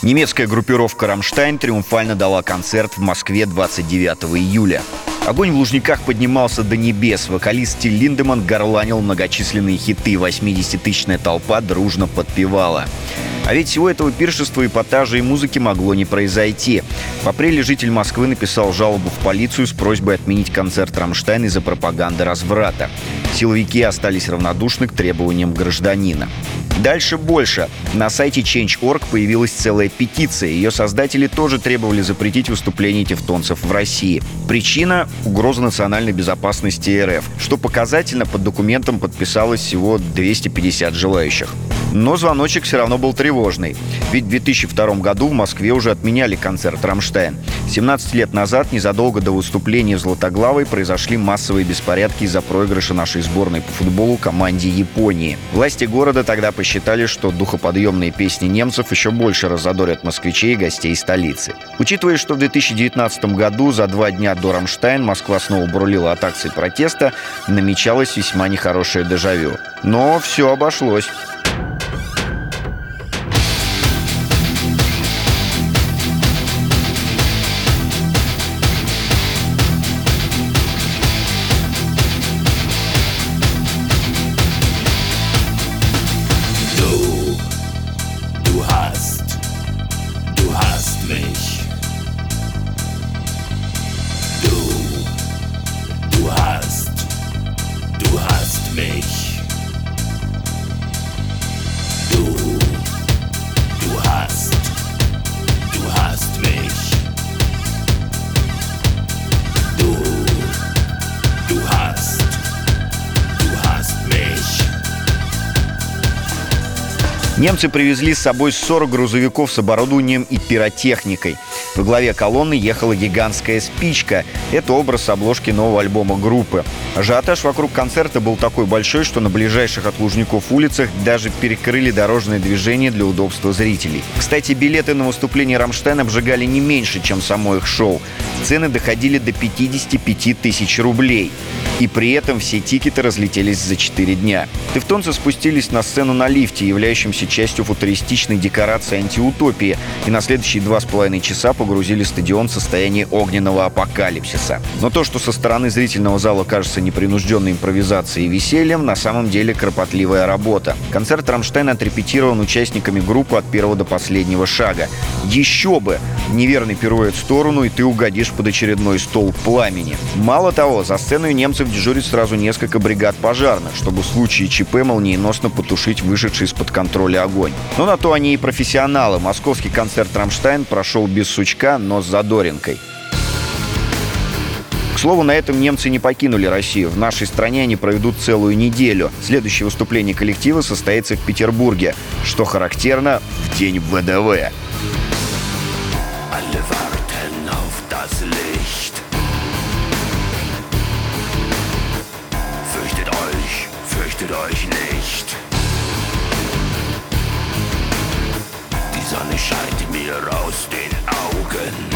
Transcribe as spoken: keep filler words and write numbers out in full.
Немецкая группировка «Рамштайн» триумфально дала концерт в Москве двадцать девятого июля. Огонь в Лужниках поднимался до небес. Вокалист Тиль Линдеманн горланил многочисленные хиты. восьмидесятитысячная толпа дружно подпевала. А ведь всего этого пиршества, эпатажа и музыки могло не произойти. В апреле житель Москвы написал жалобу в полицию с просьбой отменить концерт «Рамштайн» из-за пропаганды разврата. Силовики остались равнодушны к требованиям гражданина. Дальше больше. На сайте чейндж точка орг появилась целая петиция. Ее создатели тоже требовали запретить выступление тевтонцев в России. Причина – угроза национальной безопасности эр эф. Что показательно, под документом подписалось всего двести пятьдесят желающих. Но звоночек все равно был тревожный. Ведь в две тысячи втором году в Москве уже отменяли концерт «Рамштайн». семнадцать лет назад, незадолго до выступления в Златоглавой, произошли массовые беспорядки из-за проигрыша нашей сборной по футболу команде Японии. Власти города тогда посчитали, что духоподъемные песни немцев еще больше раззадорят москвичей и гостей столицы. Учитывая, что в две тысячи девятнадцатом году, за два дня до «Рамштайн», Москва снова бурлила от акций протеста, намечалось весьма нехорошее дежавю. Но все обошлось. Немцы привезли с собой сорок грузовиков с оборудованием и пиротехникой. Во главе колонны ехала гигантская спичка. Это образ обложки нового альбома группы. Ажиотаж вокруг концерта был такой большой, что на ближайших от Лужников улицах даже перекрыли дорожное движение для удобства зрителей. Кстати, билеты на выступление «Рамштайн» обжигали не меньше, чем само их шоу. Цены доходили до пятидесяти пяти тысяч рублей. И при этом все тикеты разлетелись за четыре дня. Тевтонцы спустились на сцену на лифте, являющемся частью футуристичной декорации антиутопии, и на следующие два с половиной часа погрузили стадион в состояние огненного апокалипсиса. Но то, что со стороны зрительного зала кажется непринужденной импровизацией и весельем, на самом деле кропотливая работа. Концерт «Рамштайн» отрепетирован участниками группы от первого до последнего шага. Еще бы! Неверный пируэт в сторону, и ты угодишь под очередной столб пламени. Мало того, за сценой немцев дежурит сразу несколько бригад пожарных, чтобы в случае ЧП молниеносно потушить вышедший из-под контроля огонь. Но на то они и профессионалы. Московский концерт «Рамштайн» прошел без сучка, но с задоринкой. К слову, на этом немцы не покинули Россию. В нашей стране они проведут целую неделю. Следующее выступление коллектива состоится в Петербурге, что характерно, в день вэ дэ вэ. Euch nicht. Die Sonne scheint mir aus den Augen.